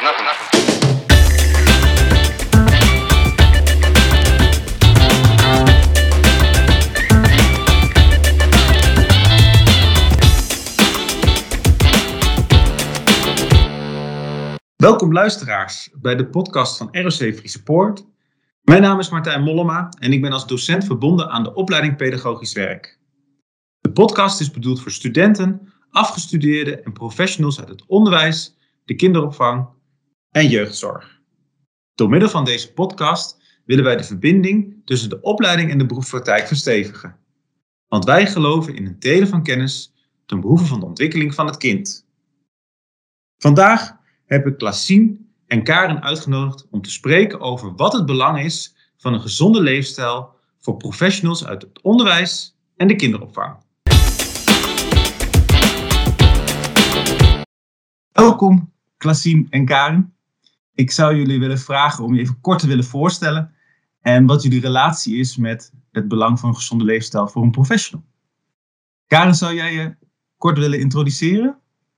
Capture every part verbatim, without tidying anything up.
nothing. Welkom luisteraars bij de podcast van R O C Friese Poort. Mijn naam is Martijn Mollema en ik ben als docent verbonden aan de opleiding Pedagogisch Werk. De podcast is bedoeld voor studenten, afgestudeerden en professionals uit het onderwijs, de kinderopvang en jeugdzorg. Door middel van deze podcast willen wij de verbinding tussen de opleiding en de beroepspraktijk verstevigen. Want wij geloven in het delen van kennis ten behoeve van de ontwikkeling van het kind. Vandaag heb ik Klaasien en Karen uitgenodigd om te spreken over wat het belang is van een gezonde leefstijl voor professionals uit het onderwijs en de kinderopvang. Welkom Klaasien en Karen. Ik zou jullie willen vragen om je even kort te willen voorstellen en wat jullie relatie is met het belang van een gezonde leefstijl voor een professional. Karen, zou jij je kort willen introduceren?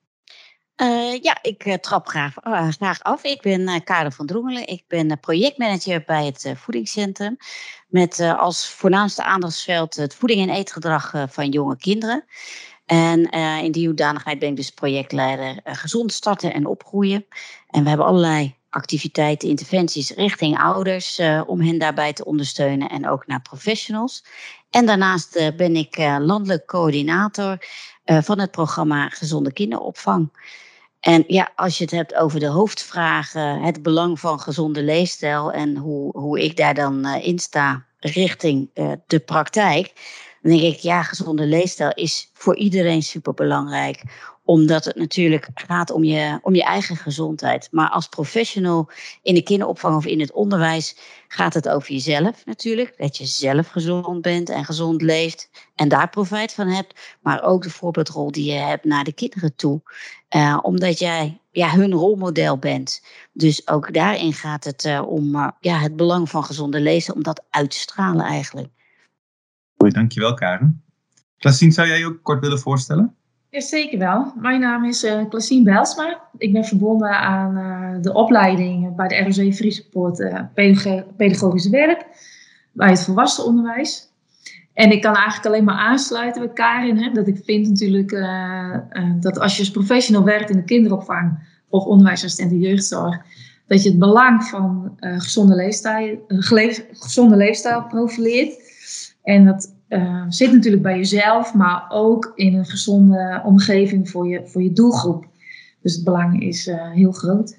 Uh, ja, ik uh, trap graag, uh, graag af. Ik ben uh, Karen van Droemelen. Ik ben uh, projectmanager bij het uh, voedingscentrum. Met uh, als voornaamste aandachtsveld het voeding- en eetgedrag uh, van jonge kinderen. En uh, in die hoedanigheid ben ik dus projectleider uh, gezond starten en opgroeien. En we hebben allerlei activiteiten, interventies richting ouders uh, om hen daarbij te ondersteunen en ook naar professionals. En daarnaast uh, ben ik uh, landelijk coördinator uh, van het programma Gezonde Kinderopvang. En ja, als je het hebt over de hoofdvragen, het belang van gezonde leefstijl en hoe, hoe ik daar dan uh, in sta richting uh, de praktijk, dan denk ik, ja, gezonde leefstijl is voor iedereen superbelangrijk. Omdat het natuurlijk gaat om je, om je eigen gezondheid. Maar als professional in de kinderopvang of in het onderwijs gaat het over jezelf natuurlijk. Dat je zelf gezond bent en gezond leeft en daar profijt van hebt. Maar ook de voorbeeldrol die je hebt naar de kinderen toe. Uh, omdat jij ja, hun rolmodel bent. Dus ook daarin gaat het uh, om uh, ja, het belang van gezonde leefstijl. Om dat uit te stralen eigenlijk. Goed, dankjewel Karen. Klaasien, zou jij je ook kort willen voorstellen? Ja, zeker wel. Mijn naam is uh, Klaasien Bijlsma. Ik ben verbonden aan uh, de opleiding bij de R O C Friese Poort uh, Pedagogisch Werk. Bij het volwassenenonderwijs. En ik kan eigenlijk alleen maar aansluiten bij Karin. Hè, dat ik vind natuurlijk uh, uh, dat als je als professional werkt in de kinderopvang of onderwijsassistent in jeugdzorg, dat je het belang van uh, gezonde, leefstijl, uh, geleef, gezonde leefstijl profileert. En dat uh, zit natuurlijk bij jezelf, maar ook in een gezonde omgeving voor je, voor je doelgroep. Dus het belang is uh, heel groot.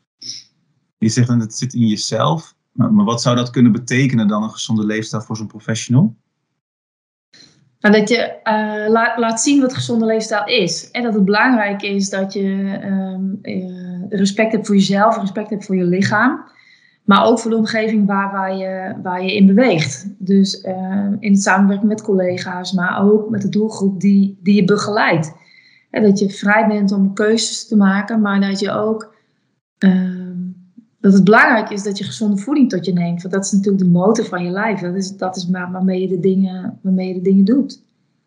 Je zegt dat het zit in jezelf, maar, maar wat zou dat kunnen betekenen dan een gezonde leefstijl voor zo'n professional? Nou, dat je uh, laat, laat zien wat gezonde leefstijl is. En dat het belangrijk is dat je um, uh, respect hebt voor jezelf, respect hebt voor je lichaam. Maar ook voor de omgeving waar, waar, je, waar je in beweegt. Dus uh, in het samenwerken met collega's, maar ook met de doelgroep die, die je begeleidt. En dat je vrij bent om keuzes te maken, maar dat je ook uh, dat het belangrijk is dat je gezonde voeding tot je neemt. Want dat is natuurlijk de motor van je lijf. Dat is, dat is waarmee je de dingen, waarmee je de dingen doet.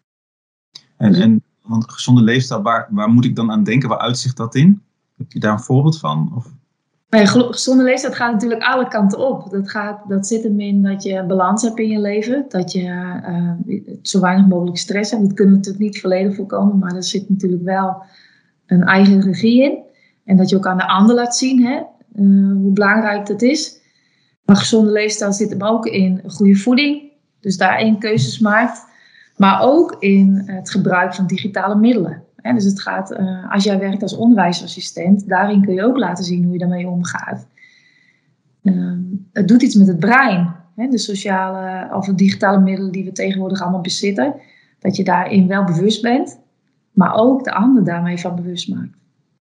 En, en want gezonde leefstijl, waar, waar moet ik dan aan denken? Waar uitzicht dat in? Heb je daar een voorbeeld van? Of? Nee, gezonde leefstijl gaat natuurlijk alle kanten op. Dat, gaat, dat zit hem in dat je balans hebt in je leven. Dat je uh, zo weinig mogelijk stress hebt. Dat kunnen we natuurlijk niet volledig voorkomen. Maar er zit natuurlijk wel een eigen regie in. En dat je ook aan de ander laat zien, hè, uh, hoe belangrijk dat is. Maar gezonde leefstijl zit hem ook in goede voeding. Dus daarin keuzes maakt. Maar ook in het gebruik van digitale middelen. He, dus het gaat, uh, als jij werkt als onderwijsassistent, daarin kun je ook laten zien hoe je daarmee omgaat. Uh, het doet iets met het brein. He, de sociale of de digitale middelen die we tegenwoordig allemaal bezitten. Dat je daarin wel bewust bent, maar ook de ander daarmee van bewust maakt.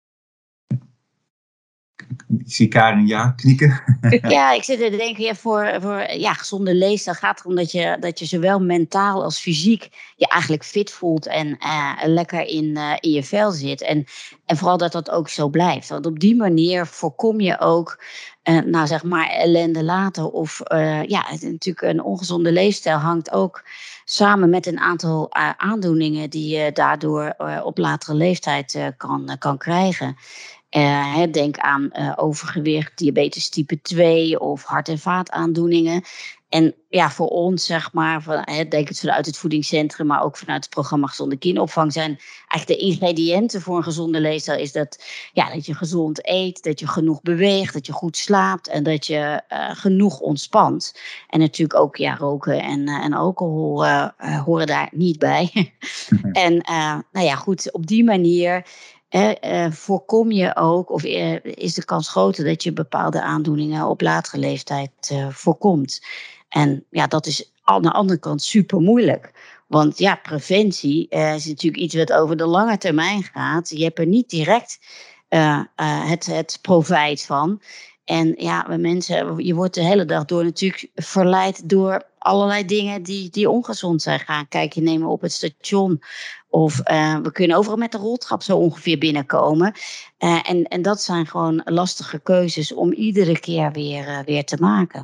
Ik zie Karen ja knikken. Ja, ik zit er te denken, ja, voor, voor ja, gezonde leefstijl gaat het erom dat je, dat je zowel mentaal als fysiek je eigenlijk fit voelt en uh, lekker in, uh, in je vel zit. En, en vooral dat dat ook zo blijft. Want op die manier voorkom je ook, uh, nou zeg maar, ellende later. Of uh, ja, het, natuurlijk een ongezonde leefstijl hangt ook samen met een aantal uh, aandoeningen die je daardoor uh, op latere leeftijd uh, kan, uh, kan krijgen. Uh, hè, denk aan uh, overgewicht, diabetes type twee of hart- en vaataandoeningen. En ja, voor ons, zeg maar, van, hè, denk het vanuit het voedingscentrum, maar ook vanuit het programma Gezonde Kinderopvang, zijn eigenlijk de ingrediënten voor een gezonde leefstijl is dat, ja, dat je gezond eet, dat je genoeg beweegt, dat je goed slaapt en dat je uh, genoeg ontspant. En natuurlijk ook, ja, roken en, uh, en alcohol uh, uh, horen daar niet bij. En uh, nou ja, goed, op die manier Eh, uh, voorkom je ook, of uh, is de kans groter dat je bepaalde aandoeningen op latere leeftijd uh, voorkomt. En ja, dat is aan de andere kant super moeilijk. Want ja, preventie uh, is natuurlijk iets wat over de lange termijn gaat. Je hebt er niet direct uh, uh, het, het profijt van. En ja, mensen, je wordt de hele dag door natuurlijk verleid door allerlei dingen die, die ongezond zijn. Gaan kijken, nemen op het station. Of uh, we kunnen overal met de roltrap zo ongeveer binnenkomen. Uh, en, en dat zijn gewoon lastige keuzes om iedere keer weer, uh, weer te maken.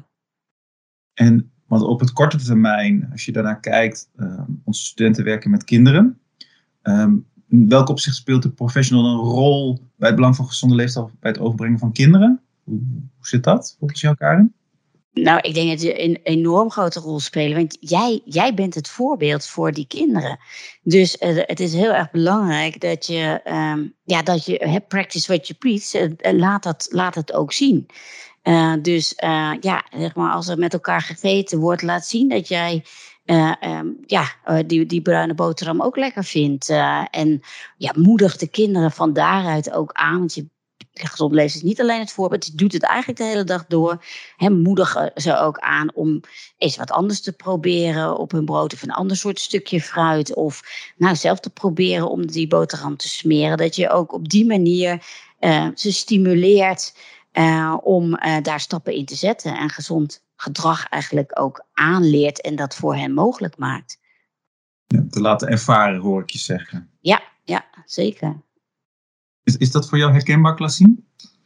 En want op het korte termijn, als je daarnaar kijkt, uh, onze studenten werken met kinderen. Um, in welk opzicht speelt de professional een rol bij het belang van gezonde leefstijl bij het overbrengen van kinderen? Hoe, hoe zit dat volgens jou, Karin? Nou, ik denk dat je een enorm grote rol speelt. Want jij, jij bent het voorbeeld voor die kinderen. Dus uh, het is heel erg belangrijk dat je, um, ja, dat je uh, practice what you preach. Uh, laat, dat, laat het ook zien. Uh, dus uh, ja, zeg maar, als er met elkaar gegeten wordt, laat zien dat jij uh, um, ja, uh, die, die bruine boterham ook lekker vindt. Uh, en ja, moedig de kinderen van daaruit ook aan. Want je gezond lezen is niet alleen het voorbeeld, je doet het eigenlijk de hele dag door. He, moedigen ze ook aan om eens wat anders te proberen op hun brood of een ander soort stukje fruit. Of nou, zelf te proberen om die boterham te smeren. Dat je ook op die manier uh, ze stimuleert uh, om uh, daar stappen in te zetten. En gezond gedrag eigenlijk ook aanleert en dat voor hen mogelijk maakt. Ja, te laten ervaren, hoor ik je zeggen. Ja, ja, zeker. Is, is dat voor jou herkenbaar, Klaasien?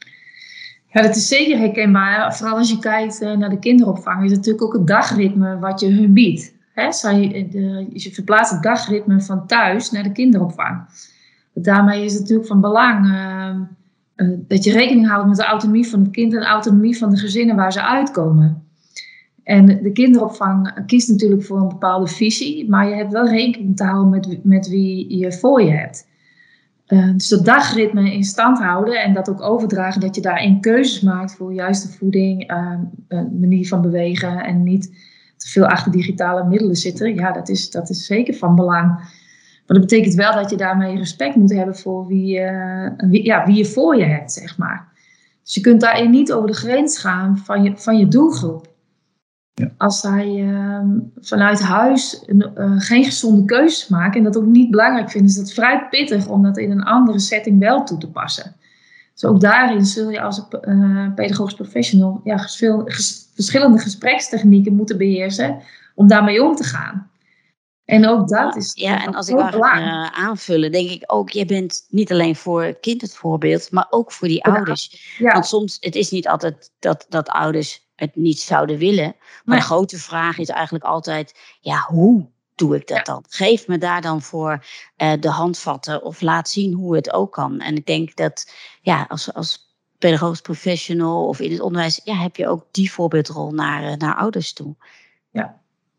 Ja, dat is zeker herkenbaar. Vooral als je kijkt uh, naar de kinderopvang, is het natuurlijk ook het dagritme wat je hun biedt. Hè? Zij, de, je verplaatst het dagritme van thuis naar de kinderopvang. Daarmee is het natuurlijk van belang uh, uh, dat je rekening houdt met de autonomie van het kind en de autonomie van de gezinnen waar ze uitkomen. En de kinderopvang kiest natuurlijk voor een bepaalde visie, maar je hebt wel rekening te houden met, met wie je voor je hebt. Uh, dus dat dagritme in stand houden en dat ook overdragen, dat je daarin keuzes maakt voor juiste voeding, uh, een manier van bewegen en niet te veel achter digitale middelen zitten. Ja, dat is, dat is zeker van belang. Maar dat betekent wel dat je daarmee respect moet hebben voor wie, uh, wie, ja, wie je voor je hebt, zeg maar. Dus je kunt daarin niet over de grens gaan van je, van je doelgroep. Ja. Als zij uh, vanuit huis uh, geen gezonde keuzes maken en dat ook niet belangrijk vinden, is dat vrij pittig om dat in een andere setting wel toe te passen. Dus ook daarin zul je als uh, pedagogisch professional ja, veel, ges, verschillende gesprekstechnieken moeten beheersen om daarmee om te gaan. En ook dat is ja, en als ik mag uh, aanvullen, denk ik ook, je bent niet alleen voor het kind het voorbeeld, maar ook voor die ja. ouders. Ja. Want soms, het is niet altijd dat, dat ouders het niet zouden willen. Maar nee. de grote vraag is eigenlijk altijd, ja, hoe doe ik dat ja. dan? Geef me daar dan voor uh, de handvatten of laat zien hoe het ook kan. En ik denk dat, ja, als, als pedagogisch professional of in het onderwijs, ja, heb je ook die voorbeeldrol naar, uh, naar ouders toe. Ja.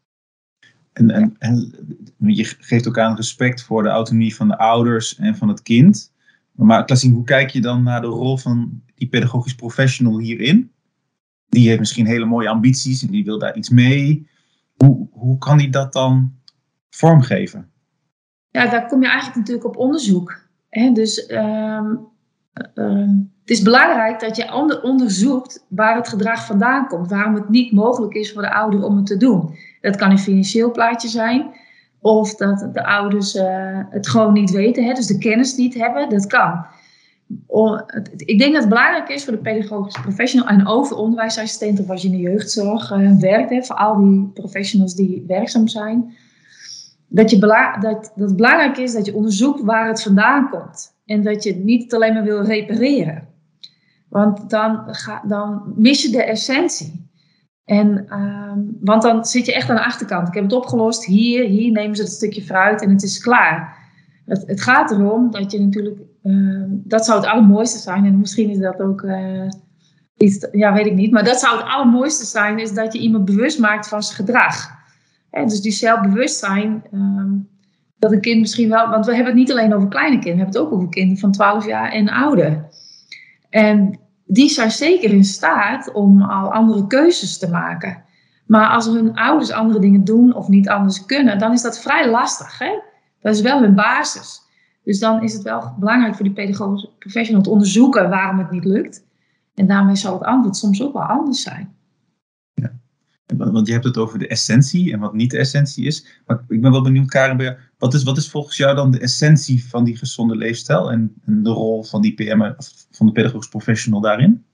En, en, en je geeft ook aan respect voor de autonomie van de ouders en van het kind. Maar Klaasien, hoe kijk je dan naar de rol van die pedagogisch professional hierin? Die heeft misschien hele mooie ambities en die wil daar iets mee. Hoe, hoe kan die dat dan vormgeven? Ja, daar kom je eigenlijk natuurlijk op onderzoek. Hè? Dus um, uh, het is belangrijk dat je onder, onderzoekt waar het gedrag vandaan komt. Waarom het niet mogelijk is voor de ouder om het te doen. Dat kan een financieel plaatje zijn. Of dat de ouders uh, het gewoon niet weten. Hè? Dus de kennis niet hebben. Dat kan. Ik denk dat het belangrijk is voor de pedagogische professional en ook voor onderwijsassistent of als je in de jeugdzorg uh, werkt, hè, voor al die professionals die werkzaam zijn, dat, je bela- dat, dat het belangrijk is dat je onderzoekt waar het vandaan komt. En dat je het niet alleen maar wil repareren. Want dan, ga, dan mis je de essentie. En, um, want dan zit je echt aan de achterkant. Ik heb het opgelost, hier, hier nemen ze het stukje fruit en het is klaar. het, het gaat erom dat je natuurlijk, uh, dat zou het allermooiste zijn. En misschien is dat ook uh, iets, ja weet ik niet. Maar dat zou het allermooiste zijn, is dat je iemand bewust maakt van zijn gedrag. En dus die zelfbewustzijn, um, dat een kind misschien wel, want we hebben het niet alleen over kleine kinderen, we hebben het ook over kinderen van twaalf jaar en ouder. En die zijn zeker in staat om al andere keuzes te maken. Maar als hun ouders andere dingen doen of niet anders kunnen, dan is dat vrij lastig. Hè? Dat is wel hun basis. Dus dan is het wel belangrijk voor die pedagogische professional te onderzoeken waarom het niet lukt. En daarmee zal het antwoord soms ook wel anders zijn. Ja. Want je hebt het over de essentie en wat niet de essentie is. Maar ik ben wel benieuwd, Karen, wat is, wat is volgens jou dan de essentie van die gezonde leefstijl en, en de rol van die P M, of van de pedagogisch professional daarin?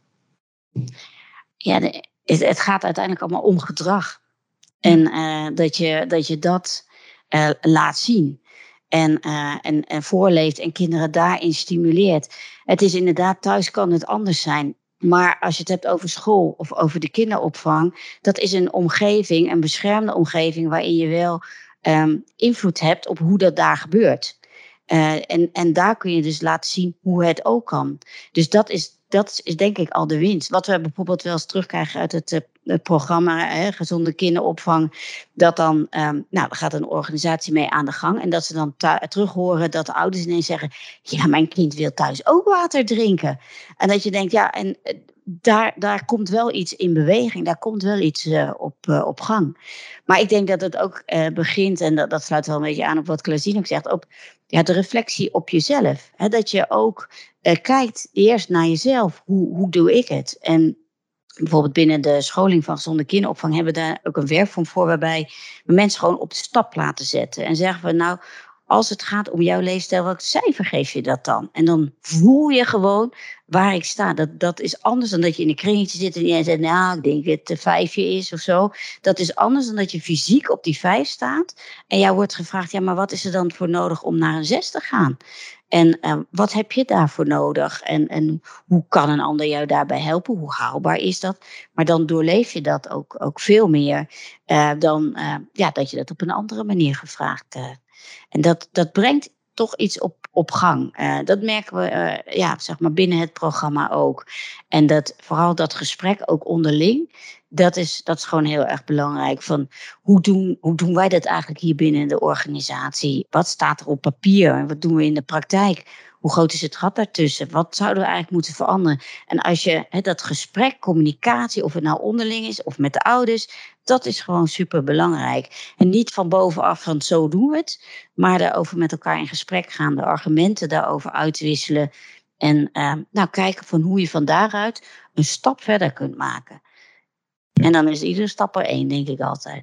Ja, de, het, het gaat uiteindelijk allemaal om gedrag. En uh, dat, je, dat je dat uh, laat zien. En, uh, en, en voorleeft en kinderen daarin stimuleert. Het is inderdaad, thuis kan het anders zijn. Maar als je het hebt over school of over de kinderopvang, dat is een omgeving, een beschermde omgeving, waarin je wel um, invloed hebt op hoe dat daar gebeurt. Uh, en, en daar kun je dus laten zien hoe het ook kan. Dus dat is, dat is denk ik al de winst. Wat we bijvoorbeeld wel eens terugkrijgen uit het, uh, het programma hè, Gezonde Kinderopvang, dat dan, um, nou, daar gaat een organisatie mee aan de gang. En dat ze dan tu- terug horen dat de ouders ineens zeggen, ja, mijn kind wil thuis ook water drinken. En dat je denkt, ja, en uh, daar, daar komt wel iets in beweging. Daar komt wel iets uh, op, uh, op gang. Maar ik denk dat het ook uh, begint, en dat, dat sluit wel een beetje aan op wat Claudine ook zegt, op ja, de reflectie op jezelf. Hè, dat je ook uh, kijkt eerst naar jezelf. Hoe, hoe doe ik het? En bijvoorbeeld binnen de scholing van gezonde kinderopvang hebben we daar ook een werkvorm voor, waarbij we mensen gewoon op de stap laten zetten. En zeggen we, nou, als het gaat om jouw leefstijl, welk cijfer geef je dat dan? En dan voel je gewoon waar ik sta. Dat, dat is anders dan dat je in een kringetje zit en jij zegt, nou, ik denk dat het een vijfje is of zo. Dat is anders dan dat je fysiek op die vijf staat en jou wordt gevraagd, ja, maar wat is er dan voor nodig om naar een zes te gaan? En uh, wat heb je daarvoor nodig? En, en hoe kan een ander jou daarbij helpen? Hoe haalbaar is dat? Maar dan doorleef je dat ook, ook veel meer uh, dan uh, ja, dat je dat op een andere manier gevraagd uh. En dat, dat brengt toch iets op, op gang. Uh, dat merken we uh, ja, zeg maar binnen het programma ook. En dat, vooral dat gesprek ook onderling, dat is, dat is gewoon heel erg belangrijk. Van hoe, doen, hoe doen wij dat eigenlijk hier binnen de organisatie? Wat staat er op papier? Wat doen we in de praktijk? Hoe groot is het gat daartussen? Wat zouden we eigenlijk moeten veranderen? En als je he, dat gesprek, communicatie, of het nou onderling is of met de ouders, dat is gewoon super belangrijk. En niet van bovenaf van zo doen we het, maar daarover met elkaar in gesprek gaan, de argumenten daarover uitwisselen. En uh, nou, kijken van hoe je van daaruit een stap verder kunt maken. Ja. En dan is iedere stap er één, denk ik altijd.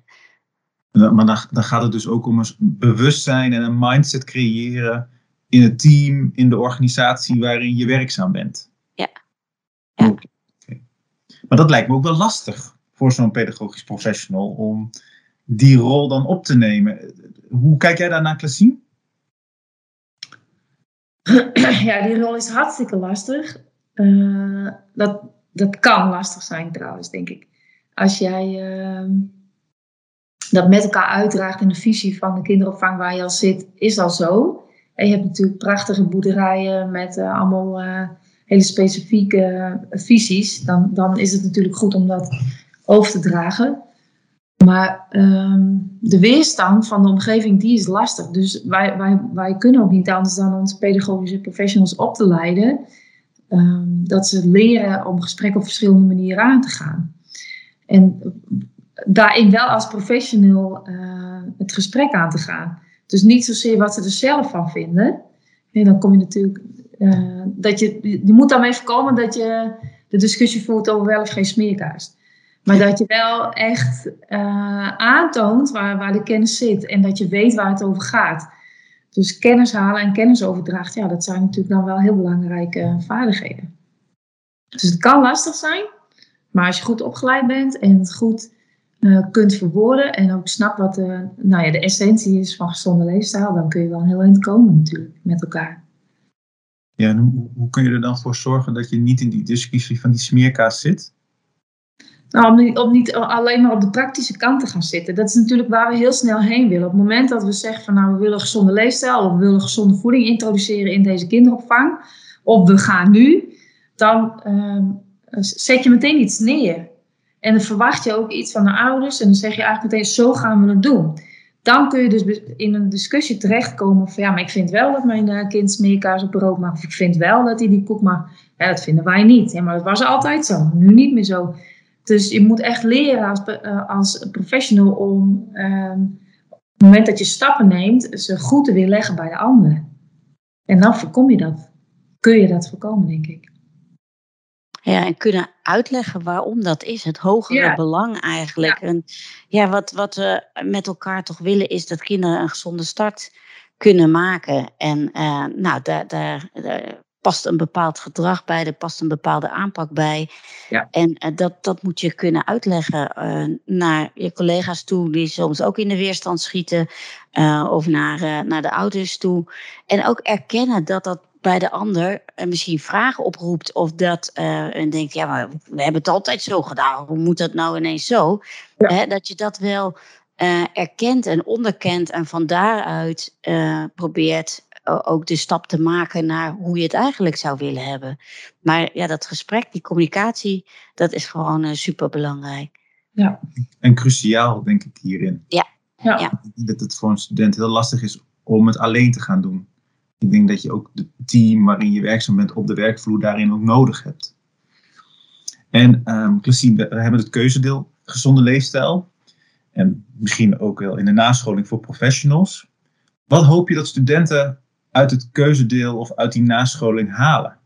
Maar dan, dan gaat het dus ook om een bewustzijn en een mindset creëren in het team, in de organisatie waarin je werkzaam bent. Ja. ja. Okay. Okay. Maar dat lijkt me ook wel lastig voor zo'n pedagogisch professional om die rol dan op te nemen. Hoe kijk jij daarnaar, Claudine? Ja, die rol is hartstikke lastig. Uh, dat, dat kan lastig zijn trouwens, denk ik. Als jij uh, dat met elkaar uitdraagt in de visie van de kinderopvang waar je al zit, is al zo. En je hebt natuurlijk prachtige boerderijen met uh, allemaal uh, hele specifieke uh, visies. Dan, dan is het natuurlijk goed om dat over te dragen. Maar um, de weerstand van de omgeving, die is lastig. Dus wij, wij, wij kunnen ook niet anders dan onze pedagogische professionals op te leiden. Um, dat ze leren om gesprek op verschillende manieren aan te gaan. En daarin wel als professional uh, het gesprek aan te gaan. Dus niet zozeer wat ze er zelf van vinden. En dan kom je natuurlijk... Uh, dat je, je moet daarmee voorkomen dat je de discussie voert over wel of geen smeerkaas. Maar dat je wel echt uh, aantoont waar, waar de kennis zit. En dat je weet waar het over gaat. Dus kennis halen en kennisoverdracht, ja, dat zijn natuurlijk dan wel heel belangrijke vaardigheden. Dus het kan lastig zijn. Maar als je goed opgeleid bent en het goed uh, kunt verwoorden. En ook snapt wat de, nou ja, de essentie is van gezonde leefstijl. Dan kun je wel heel eind komen natuurlijk met elkaar. Ja, en hoe, hoe kun je er dan voor zorgen dat je niet in die discussie van die smeerkaas zit? Nou, om niet, om niet alleen maar op de praktische kant te gaan zitten. Dat is natuurlijk waar we heel snel heen willen. Op het moment dat we zeggen van nou we willen een gezonde leefstijl of we willen gezonde voeding introduceren in deze kinderopvang. Of we gaan nu, dan uh, zet je meteen iets neer. En dan verwacht je ook iets van de ouders en dan zeg je eigenlijk meteen zo gaan we het doen. Dan kun je dus in een discussie terechtkomen van ja, maar ik vind wel dat mijn uh, kind smeerkaas op brood mag. Of ik vind wel dat hij die koek mag. Ja, dat vinden wij niet. Ja, maar dat was altijd zo. Nu niet meer zo. Dus je moet echt leren als, uh, als professional om um, op het moment dat je stappen neemt, ze goed te weerleggen bij de ander. En dan voorkom je dat. Kun je dat voorkomen, denk ik. Ja, en kunnen uitleggen waarom dat is. Het hogere Ja. belang eigenlijk. Ja. En ja, wat, wat we met elkaar toch willen is dat kinderen een gezonde start kunnen maken. En uh, nou, daar, daar, daar past een bepaald gedrag bij, er past een bepaalde aanpak bij. Ja. En uh, dat, dat moet je kunnen uitleggen uh, naar je collega's toe, die soms ook in de weerstand schieten. Uh, of naar, uh, naar de ouders toe. En ook erkennen dat dat bij de ander uh, misschien vragen oproept. Of dat uh, en denkt, ja, maar we hebben het altijd zo gedaan. Hoe moet dat nou ineens zo? Ja. Hè, dat je dat wel uh, erkent en onderkent. En van daaruit uh, probeert uh, ook de stap te maken naar hoe je het eigenlijk zou willen hebben. Maar ja, dat gesprek, die communicatie, dat is gewoon uh, superbelangrijk. Ja. En cruciaal, denk ik, hierin. Ja. Ja. Ja. Dat het voor een student heel lastig is om het alleen te gaan doen. Ik denk dat je ook het team waarin je werkzaam bent op de werkvloer daarin ook nodig hebt. En um, Classine, we hebben het keuzedeel gezonde leefstijl. En misschien ook wel in de nascholing voor professionals. Wat hoop je dat studenten uit het keuzedeel of uit die nascholing halen?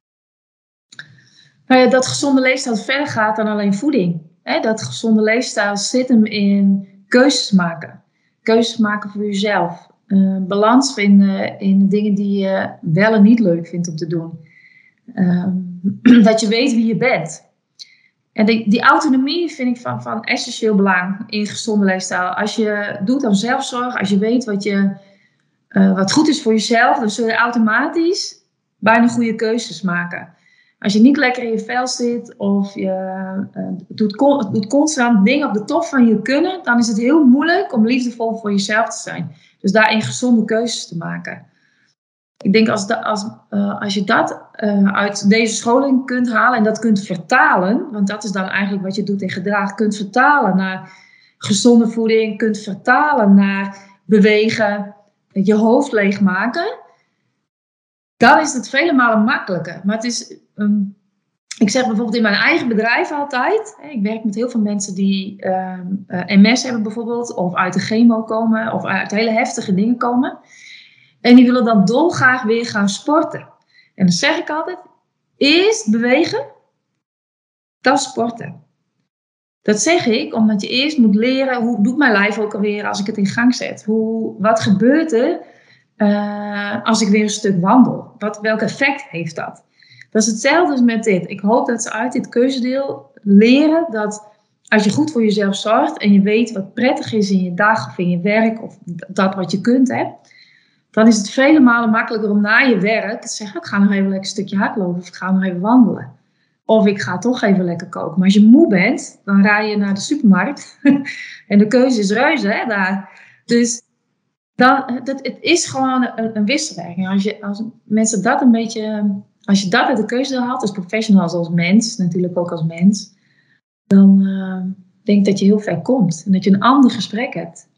Nou ja, dat gezonde leefstijl verder gaat dan alleen voeding. He, dat gezonde leefstijl zit hem in keuzes maken. Keuzes maken voor jezelf. Uh, balans vinden in de dingen die je wel en niet leuk vindt om te doen. Uh, dat je weet wie je bent. En die, die autonomie vind ik van, van essentieel belang in gezonde leefstijl. Als je doet aan zelfzorg, als je weet wat, je, uh, wat goed is voor jezelf, dan zul je automatisch bijna goede keuzes maken. Als je niet lekker in je vel zit of je uh, doet, con- doet constant dingen op de top van je kunnen, dan is het heel moeilijk om liefdevol voor jezelf te zijn. Dus daarin gezonde keuzes te maken. Ik denk als, da- als, uh, als je dat uh, uit deze scholing kunt halen en dat kunt vertalen, want dat is dan eigenlijk wat je doet in gedrag, kunt vertalen naar gezonde voeding, kunt vertalen naar bewegen, je hoofd leegmaken, dan is het vele malen makkelijker. Maar het is, um, ik zeg bijvoorbeeld in mijn eigen bedrijf altijd, hè, ik werk met heel veel mensen die um, uh, M S hebben bijvoorbeeld, of uit de chemo komen, of uit hele heftige dingen komen. En die willen dan dolgraag weer gaan sporten. En dan zeg ik altijd, eerst bewegen, dan sporten. Dat zeg ik omdat je eerst moet leren, hoe doet mijn lijf ook alweer als ik het in gang zet? Hoe, wat gebeurt er uh, als ik weer een stuk wandel? Wat, welk effect heeft dat? Dat is hetzelfde als met dit. Ik hoop dat ze uit dit keuzedeel leren dat als je goed voor jezelf zorgt en je weet wat prettig is in je dag of in je werk of dat wat je kunt, hè, dan is het vele malen makkelijker om na je werk te zeggen, ik ga nog even lekker een stukje hardlopen of ik ga nog even wandelen. Of ik ga toch even lekker koken. Maar als je moe bent, dan rij je naar de supermarkt. En de keuze is reuze, hè, daar. Dus dan, dat, het is gewoon een, een wisselwerking. Als, je, als mensen dat een beetje, als je dat uit de keuze haalt, als professional, als mens, natuurlijk ook als mens, dan uh, denk ik dat je heel ver komt. En dat je een ander gesprek hebt.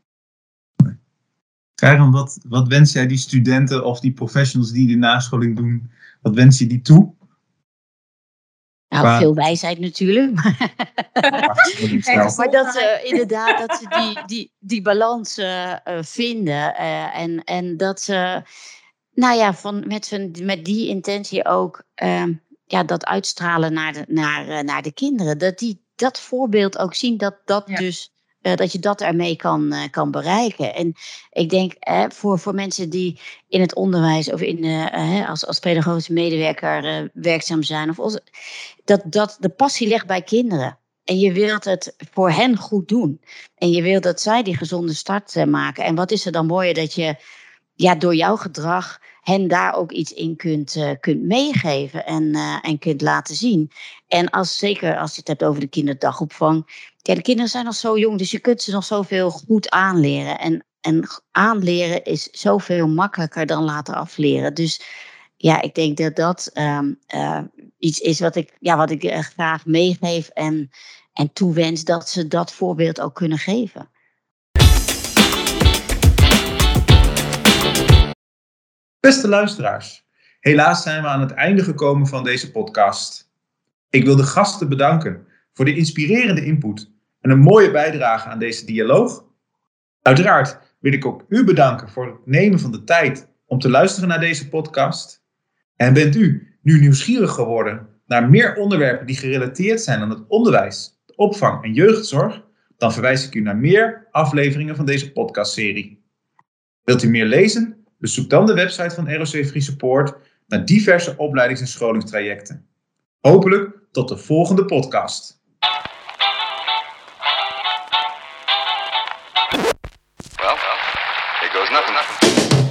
Karen, wat, wat wens jij die studenten of die professionals die de nascholing doen, wat wens je die toe? Nou, Qua... veel wijsheid natuurlijk. Ja, maar dat ze uh, inderdaad dat ze die, die, die balans uh, uh, vinden. Uh, en, en dat ze, nou ja, van, met, van, met die intentie ook uh, ja, dat uitstralen naar de, naar, uh, naar de kinderen. Dat die dat voorbeeld ook zien, dat, dat, ja. dus, uh, dat je dat ermee kan, uh, kan bereiken. En ik denk uh, voor, voor mensen die in het onderwijs of in, uh, uh, als, als pedagogische medewerker uh, werkzaam zijn, of als, dat, dat de passie ligt bij kinderen. En je wilt het voor hen goed doen. En je wilt dat zij die gezonde start uh, maken. En wat is er dan mooier dat je ja, door jouw gedrag hen daar ook iets in kunt, uh, kunt meegeven en, uh, en kunt laten zien. En als, zeker als je het hebt over de kinderdagopvang. Ja, de kinderen zijn nog zo jong, dus je kunt ze nog zoveel goed aanleren. En, en aanleren is zoveel makkelijker dan laten afleren. Dus ja, ik denk dat dat um, uh, iets is wat ik, ja, wat ik uh, graag meegeef en, en toewens dat ze dat voorbeeld ook kunnen geven. Beste luisteraars, helaas zijn we aan het einde gekomen van deze podcast. Ik wil de gasten bedanken voor de inspirerende input en een mooie bijdrage aan deze dialoog. Uiteraard wil ik ook u bedanken voor het nemen van de tijd om te luisteren naar deze podcast. En bent u nu nieuwsgierig geworden naar meer onderwerpen die gerelateerd zijn aan het onderwijs, de opvang en jeugdzorg, dan verwijs ik u naar meer afleveringen van deze podcastserie. Wilt u meer lezen? Bezoek dan de website van R O C Friese Poort naar diverse opleidings- en scholingstrajecten. Hopelijk tot de volgende podcast. Well, here goes nothing.